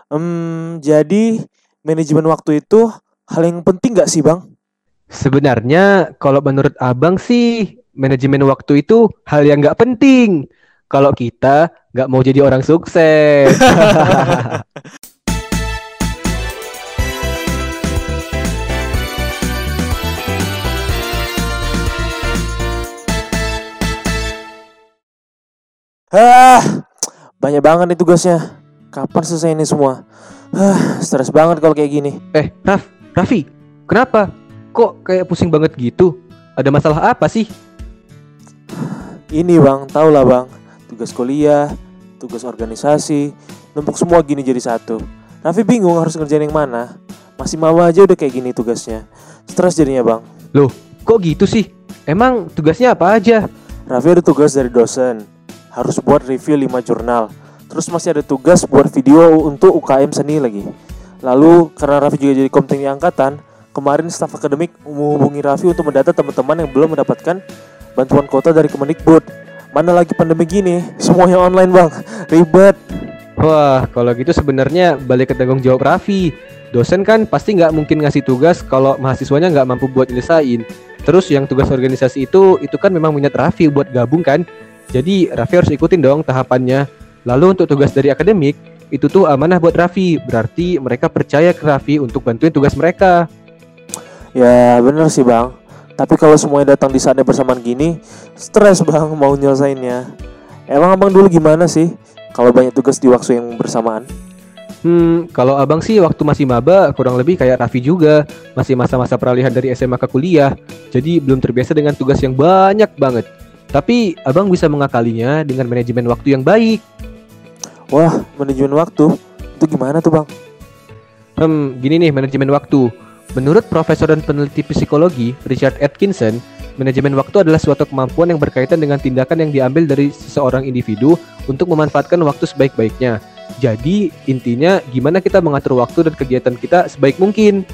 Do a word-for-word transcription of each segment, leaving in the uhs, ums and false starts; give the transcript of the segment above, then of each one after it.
Hmm, jadi manajemen waktu itu hal yang penting nggak sih, Bang? Sebenarnya kalau menurut abang sih manajemen waktu itu hal yang nggak penting. Kalau kita nggak mau jadi orang sukses. Ah, banyak banget nih tugasnya. Kapan selesai ini semua? Ah, stres banget kalau kayak gini. Eh, Raf, Raffi, kenapa? Kok kayak pusing banget gitu? Ada masalah apa sih? Ini Bang, tau lah Bang. Tugas kuliah, tugas organisasi, numpuk semua gini jadi satu. Raffi bingung harus ngerjain yang mana. Masih mau aja udah kayak gini tugasnya. Stres jadinya Bang. Loh, kok gitu sih? Emang tugasnya apa aja? Raffi ada tugas dari dosen, harus buat review lima jurnal. Terus masih ada tugas buat video untuk U K M seni lagi. Lalu karena Raffi juga jadi kom tinggi angkatan, kemarin staf akademik menghubungi Raffi untuk mendata teman-teman yang belum mendapatkan bantuan kuota dari Kemendikbud. Mana lagi pandemi gini, semuanya online Bang, ribet. Wah, kalau gitu sebenarnya balik ke tanggung jawab Raffi. Dosen kan pasti nggak mungkin ngasih tugas kalau mahasiswanya nggak mampu buat nyelesain. Terus yang tugas organisasi itu, itu kan memang minat Raffi buat gabung kan. Jadi Raffi harus ikutin dong tahapannya. Lalu untuk tugas dari akademik, itu tuh amanah buat Raffi. Berarti mereka percaya ke Raffi untuk bantuin tugas mereka. Ya bener sih Bang, tapi kalau semuanya datang di saatnya bersamaan gini, stres Bang mau nyelesainnya. Emang Abang dulu gimana sih kalau banyak tugas di waktu yang bersamaan? Hmm, kalau abang sih waktu masih maba kurang lebih kayak Raffi juga. Masih masa-masa peralihan dari S M A ke kuliah. Jadi belum terbiasa dengan tugas yang banyak banget. Tapi abang bisa mengakalinya dengan manajemen waktu yang baik. Wah, manajemen waktu, itu gimana tuh Bang? Hmm, gini nih manajemen waktu. Menurut profesor dan peneliti psikologi Richard Atkinson, manajemen waktu adalah suatu kemampuan yang berkaitan dengan tindakan yang diambil dari seseorang individu untuk memanfaatkan waktu sebaik-baiknya. Jadi intinya gimana kita mengatur waktu dan kegiatan kita sebaik mungkin.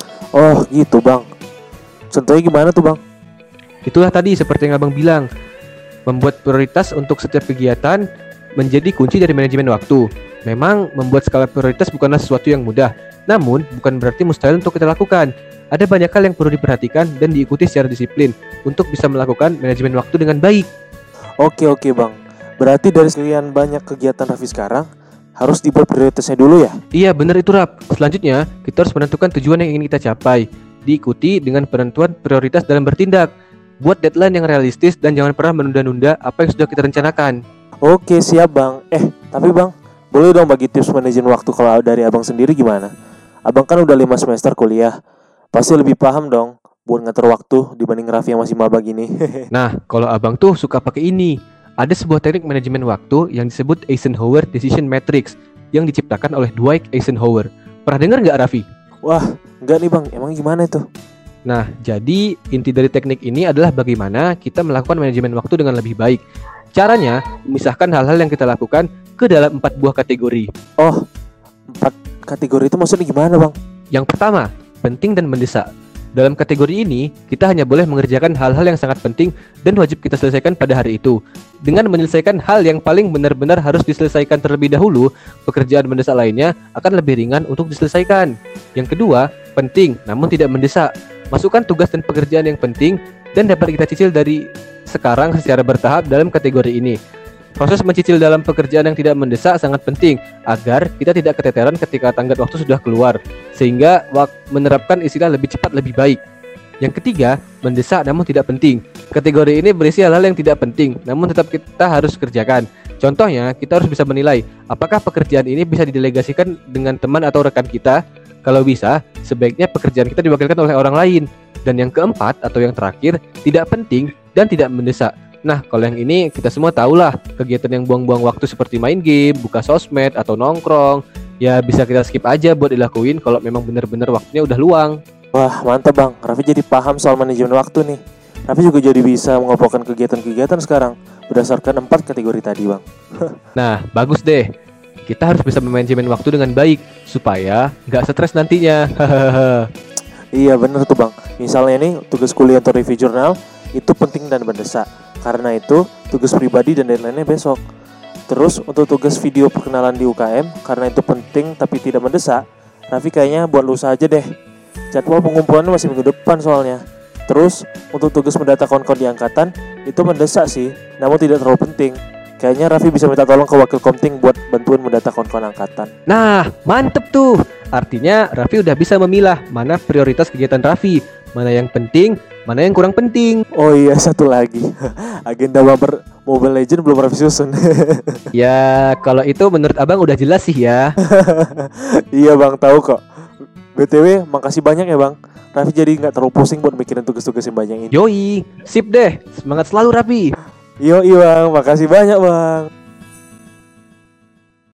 Oh gitu Bang, contohnya gimana tuh Bang? Itulah tadi seperti yang abang bilang, membuat prioritas untuk setiap kegiatan menjadi kunci dari manajemen waktu. Memang membuat skala prioritas bukanlah sesuatu yang mudah, namun bukan berarti mustahil untuk kita lakukan. Ada banyak hal yang perlu diperhatikan dan diikuti secara disiplin untuk bisa melakukan manajemen waktu dengan baik. Oke oke Bang, berarti dari sekian banyak kegiatan Raffi sekarang, harus dibuat prioritasnya dulu ya? Iya benar itu Rap. Selanjutnya kita harus menentukan tujuan yang ingin kita capai. Diikuti dengan penentuan prioritas dalam bertindak. Buat deadline yang realistis dan jangan pernah menunda-nunda apa yang sudah kita rencanakan. Oke siap Bang, eh tapi Bang, boleh dong bagi tips manajemen waktu kalau dari Abang sendiri gimana? Abang kan udah lima semester kuliah, pasti lebih paham dong buat ngatur waktu dibanding Raffi yang masih maba gini. Nah, kalau abang tuh suka pakai ini. Ada sebuah teknik manajemen waktu yang disebut Eisenhower Decision Matrix yang diciptakan oleh Dwight Eisenhower. Pernah dengar nggak Raffi? Wah, enggak nih Bang, emang gimana itu? Nah, jadi inti dari teknik ini adalah bagaimana kita melakukan manajemen waktu dengan lebih baik. Caranya, memisahkan hal-hal yang kita lakukan ke dalam empat buah kategori. Oh, empat kategori itu maksudnya gimana Bang? Yang pertama, penting dan mendesak. Dalam kategori ini, kita hanya boleh mengerjakan hal-hal yang sangat penting dan wajib kita selesaikan pada hari itu. Dengan menyelesaikan hal yang paling benar-benar harus diselesaikan terlebih dahulu, pekerjaan mendesak lainnya akan lebih ringan untuk diselesaikan. Yang kedua, penting namun tidak mendesak. Masukkan tugas dan pekerjaan yang penting dan dapat kita cicil dari sekarang secara bertahap dalam kategori ini. Proses mencicil dalam pekerjaan yang tidak mendesak sangat penting agar kita tidak keteteran ketika tenggat waktu sudah keluar, sehingga menerapkan istilah lebih cepat lebih baik. Yang ketiga, mendesak namun tidak penting. Kategori ini berisi hal-hal yang tidak penting namun tetap kita harus kerjakan. Contohnya, kita harus bisa menilai apakah pekerjaan ini bisa didelegasikan dengan teman atau rekan kita. Kalau bisa, sebaiknya pekerjaan kita diwakilkan oleh orang lain. Dan yang keempat atau yang terakhir, tidak penting dan tidak mendesak. Nah, kalau yang ini kita semua tahulah, kegiatan yang buang-buang waktu seperti main game, buka sosmed, atau nongkrong, ya bisa kita skip aja buat dilakuin kalau memang benar-benar waktunya udah luang. Wah, mantap Bang, Raffi jadi paham soal manajemen waktu nih. Raffi juga jadi bisa mengelompokkan kegiatan-kegiatan sekarang berdasarkan empat kategori tadi Bang. Nah, bagus deh. Kita harus bisa memanajemen waktu dengan baik supaya nggak stres nantinya. Iya bener tuh Bang, misalnya nih tugas kuliah atau review jurnal itu penting dan mendesak. Karena itu tugas pribadi dan deadline-nya besok. Terus untuk tugas video perkenalan di U K M, karena itu penting tapi tidak mendesak, Raffi kayaknya buat lusa aja deh. Jadwal pengumpulannya masih minggu depan soalnya. Terus untuk tugas mendata kawan-kawan di angkatan, itu mendesak sih, namun tidak terlalu penting. Kayaknya Raffi bisa minta tolong ke wakil komting buat bantuin mendata kawan-kawan angkatan. Nah, mantep tuh. Artinya Raffi udah bisa memilah mana prioritas kegiatan Raffi, mana yang penting, mana yang kurang penting. Oh iya, satu lagi. Agenda mabar Mobile Legends belum Raffi susun. Ya, kalau itu menurut abang udah jelas sih ya. Iya bang, tahu kok. B T W, makasih banyak ya bang. Raffi jadi nggak terlalu pusing buat mikirin tugas-tugas yang banyak ini. Yoi, sip deh. Semangat selalu Raffi. Yo, iya bang, makasih banyak bang.